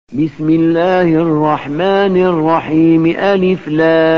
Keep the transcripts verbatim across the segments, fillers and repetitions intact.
بسم الله الرحمن الرحيم ألف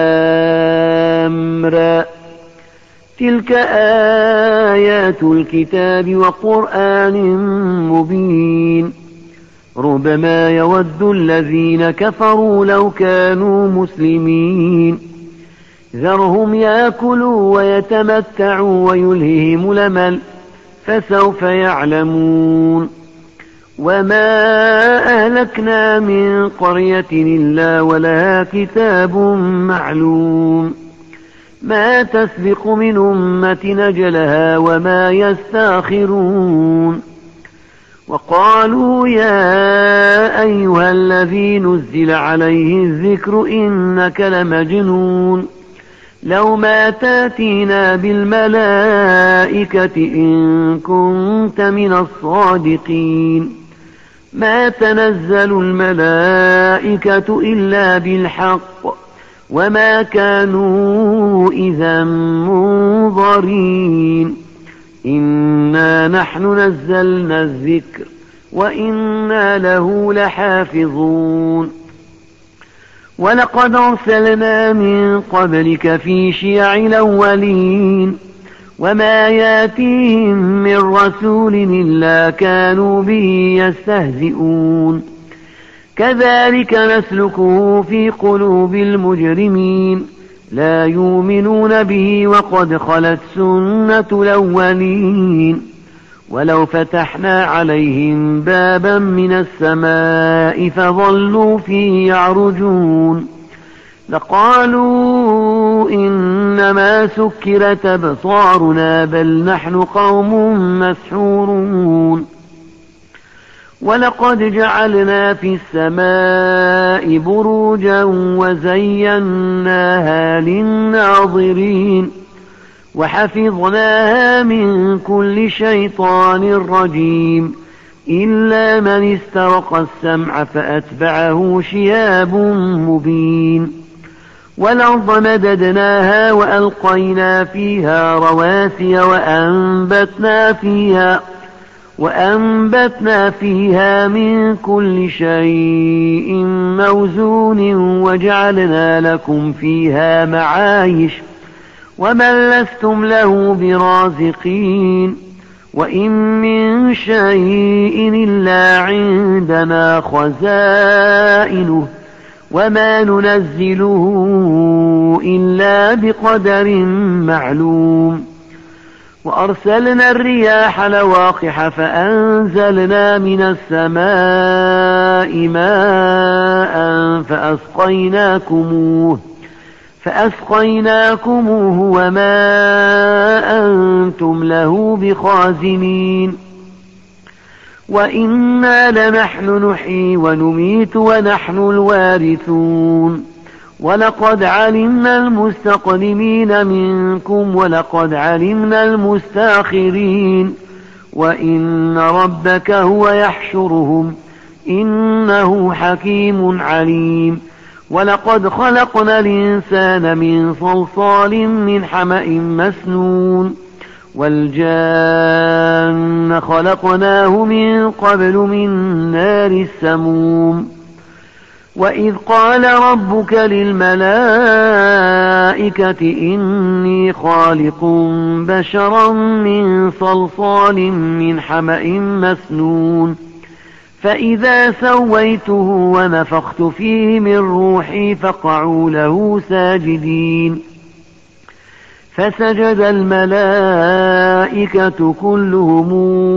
لام را تلك آيات الكتاب وقرآن مبين ربما يود الذين كفروا لو كانوا مسلمين ذرهم يأكلوا ويتمتعوا ويلههم الأمل فسوف يعلمون وما أهلكنا من قرية إلا ولها كتاب معلوم ما تسبق من أمة أجلها وما يستاخرون وقالوا يا أيها الذي نزل عليه الذكر إنك لمجنون لو ما تاتينا بالملائكة إن كنت من الصادقين ما تنزل الملائكة إلا بالحق وما كانوا إذا منظرين إنا نحن نزلنا الذكر وإنا له لحافظون ولقد أرسلنا من قبلك في شيع الأولين وما ياتيهم من رسول إلا كانوا به يستهزئون كذلك نسلكه في قلوب المجرمين لا يؤمنون به وقد خلت سنة الأولين ولو فتحنا عليهم بابا من السماء فظلوا فيه يعرجون لقالوا إنما سكرت أبصارنا بل نحن قوم مسحورون ولقد جعلنا في السماء بروجا وزيناها للناظرين وحفظناها من كل شيطان رجيم إلا من استرق السمع فأتبعه شهاب مبين والأرض مددناها وألقينا فيها رواسي وأنبتنا فيها وأنبتنا فيها من كل شيء موزون وجعلنا لكم فيها معايش ومن لستم له برازقين وإن من شيء إلا عندنا خزائنه وما ننزله إلا بقدر معلوم وأرسلنا الرياح لواقح فأنزلنا من السماء ماء فأسقيناكموه فأسقيناكموه وما أنتم له بخازنين وإنا لنحن نحيي ونميت ونحن الوارثون ولقد علمنا المستقدمين منكم ولقد علمنا المستاخرين وإن ربك هو يحشرهم إنه حكيم عليم ولقد خلقنا الإنسان من صلصال من حمأ مسنون والجان خلقناه من قبل من نار السموم وإذ قال ربك للملائكة إني خالق بشرا من صلصال من حمأ مسنون فإذا سويته ونفخت فيه من روحي فقعوا له ساجدين فسجد الملائكة كلهم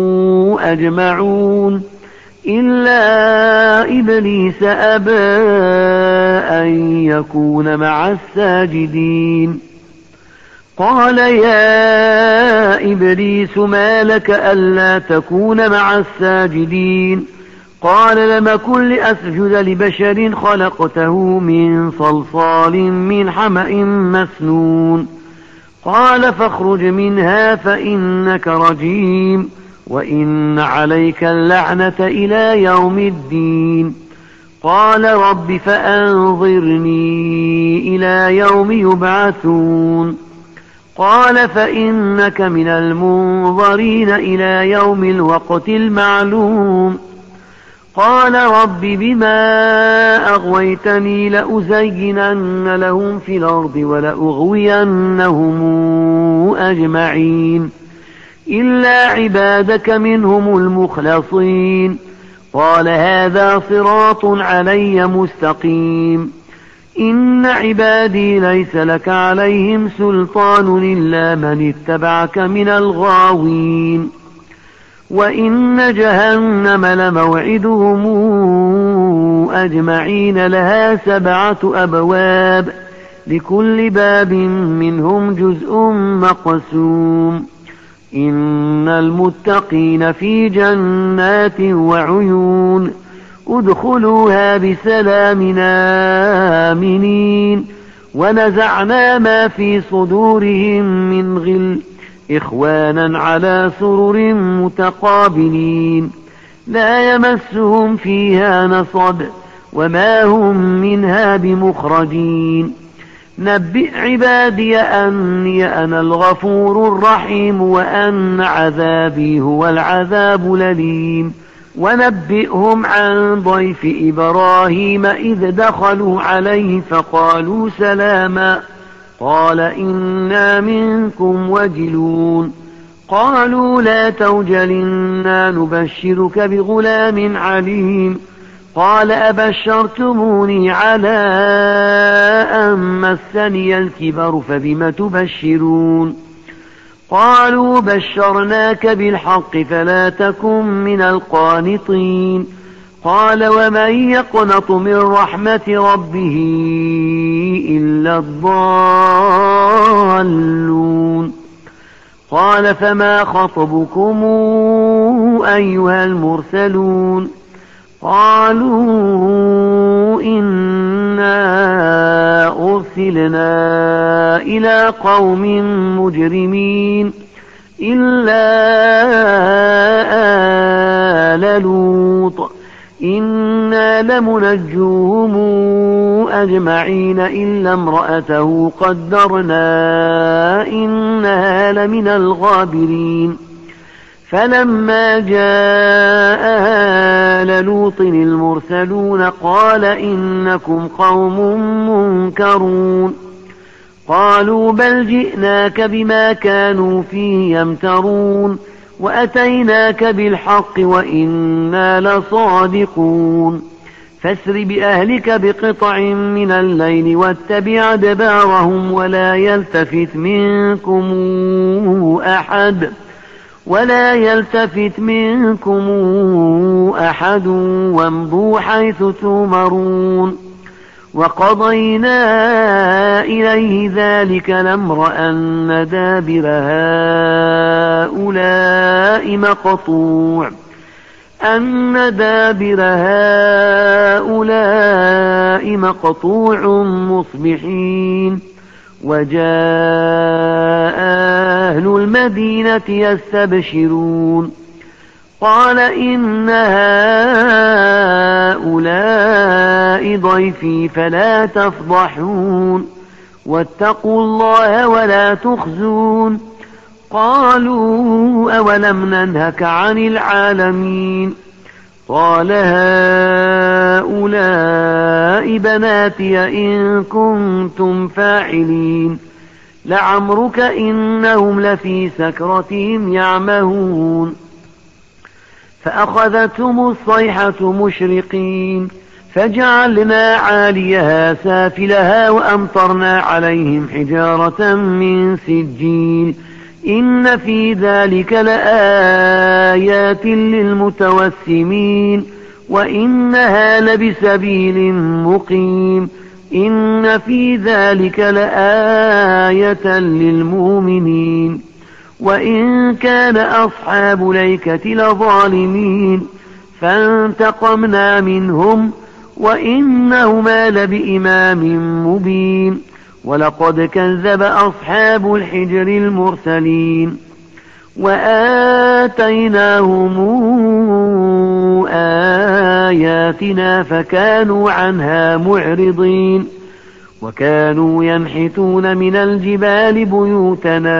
أجمعون إلا إبليس أبى أن يكون مع الساجدين قال يا إبليس ما لك ألا تكون مع الساجدين قال لم كن لأسجد لبشر خلقته من صلصال من حمأ مسنون قال فاخرج منها فإنك رجيم وإن عليك اللعنة إلى يوم الدين قال رب فأنظرني إلى يوم يبعثون قال فإنك من المنظرين إلى يوم الوقت المعلوم قال رب بما أغويتني لأزينن لهم في الأرض ولأغوينهم أجمعين إلا عبادك منهم المخلصين قال هذا صراط علي مستقيم إن عبادي ليس لك عليهم سلطان إلا من اتبعك من الغاوين وإن جهنم لموعدهم أجمعين لها سبعة أبواب لكل باب منهم جزء مقسوم إن المتقين في جنات وعيون ادخلوها بسلام آمنين ونزعنا ما في صدورهم من غل إخوانا على سرر متقابلين لا يمسهم فيها نصب وما هم منها بمخرجين نبئ عبادي أني أنا الغفور الرحيم وأن عذابي هو العذاب الأليم ونبئهم عن ضيف إبراهيم إذ دخلوا عليه فقالوا سلاما قال إنا منكم وجلون قالوا لا توجل إنا نبشرك بغلام عليم قال أبشرتموني على أن مسني الكبر فبم تبشرون قالوا بشرناك بالحق فلا تكن من القانطين قال ومن يقنط من رحمة ربه إلا الضالون قال فما خطبكم أيها المرسلون قالوا إنا أرسلنا إلى قوم مجرمين إلا آل لوط إنا لمنجوهم أجمعين إلا امرأته قدرنا إنها لمن الغابرين فلما جاء آل لوط المرسلون قال إنكم قوم منكرون قالوا بل جئناك بما كانوا فيه يمترون وأتيناك بالحق وإنا لصادقون فاسر بأهلك بقطع من الليل واتبع أدبارهم ولا يلتفت منكم أحد ولا يلتفت منكم أحد وامضوا حيث تؤمرون وقضينا إليه ذلك الأمر أن دابر هؤلاء مقطوع أن دابر هؤلاء مقطوع مصبحين وجاء أهل المدينة يستبشرون قال إن هؤلاء ضيفي فلا تفضحون واتقوا الله ولا تخزون قالوا أولم ننهك عن العالمين قال هؤلاء بناتي إن كنتم فاعلين لعمرك إنهم لفي سكرتهم يعمهون فأخذتهم الصيحة مشرقين فجعلنا عاليها سافلها وأمطرنا عليهم حجارة من سجيل إن في ذلك لآيات للمتوسمين وإنها لبسبيل مقيم إن في ذلك لآية للمؤمنين وإن كان أصحاب ليكة لظالمين فانتقمنا منهم وإنهما لبإمام مبين ولقد كذب أصحاب الحجر المرسلين وآتيناهم آياتنا فكانوا عنها معرضين وكانوا ينحتون من الجبال بيوتنا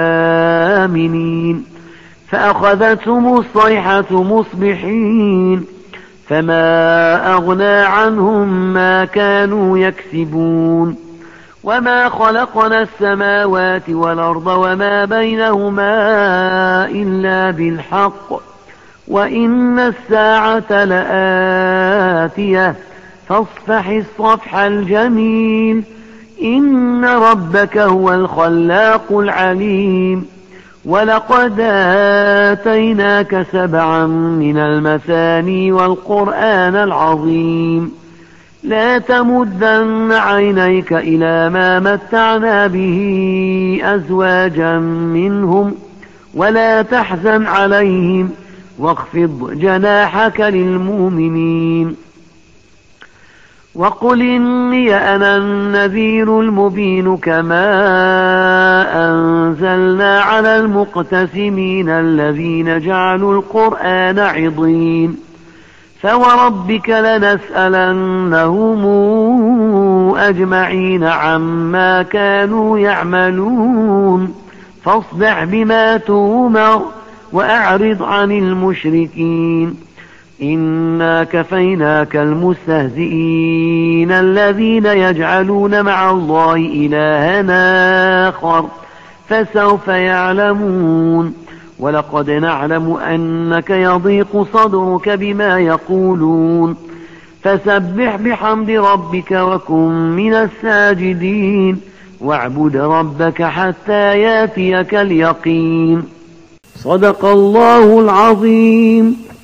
آمنين فأخذتهم الصيحة مصبحين فما أغنى عنهم ما كانوا يكسبون وما خلقنا السماوات والأرض وما بينهما إلا بالحق وإن الساعة لآتية فاصفح الصفح الجميل إن ربك هو الخلاق العليم ولقد آتيناك سبعا من المثاني والقرآن العظيم لا تمدن عينيك إلى ما متعنا به أزواجا منهم ولا تحزن عليهم واخفض جناحك للمؤمنين وقل إني أنا النذير المبين كما أنزلنا على المقتسمين الذين جعلوا القرآن عضين فوربك لنسألنهم أجمعين عما كانوا يعملون فاصدع بما تؤمر وأعرض عن المشركين إنا كفيناك المستهزئين الذين يجعلون مع الله إلها آخر فسوف يعلمون ولقد نعلم أنك يضيق صدرك بما يقولون فسبح بحمد ربك وكن من الساجدين واعبد ربك حتى ياتيك اليقين صدق الله العظيم.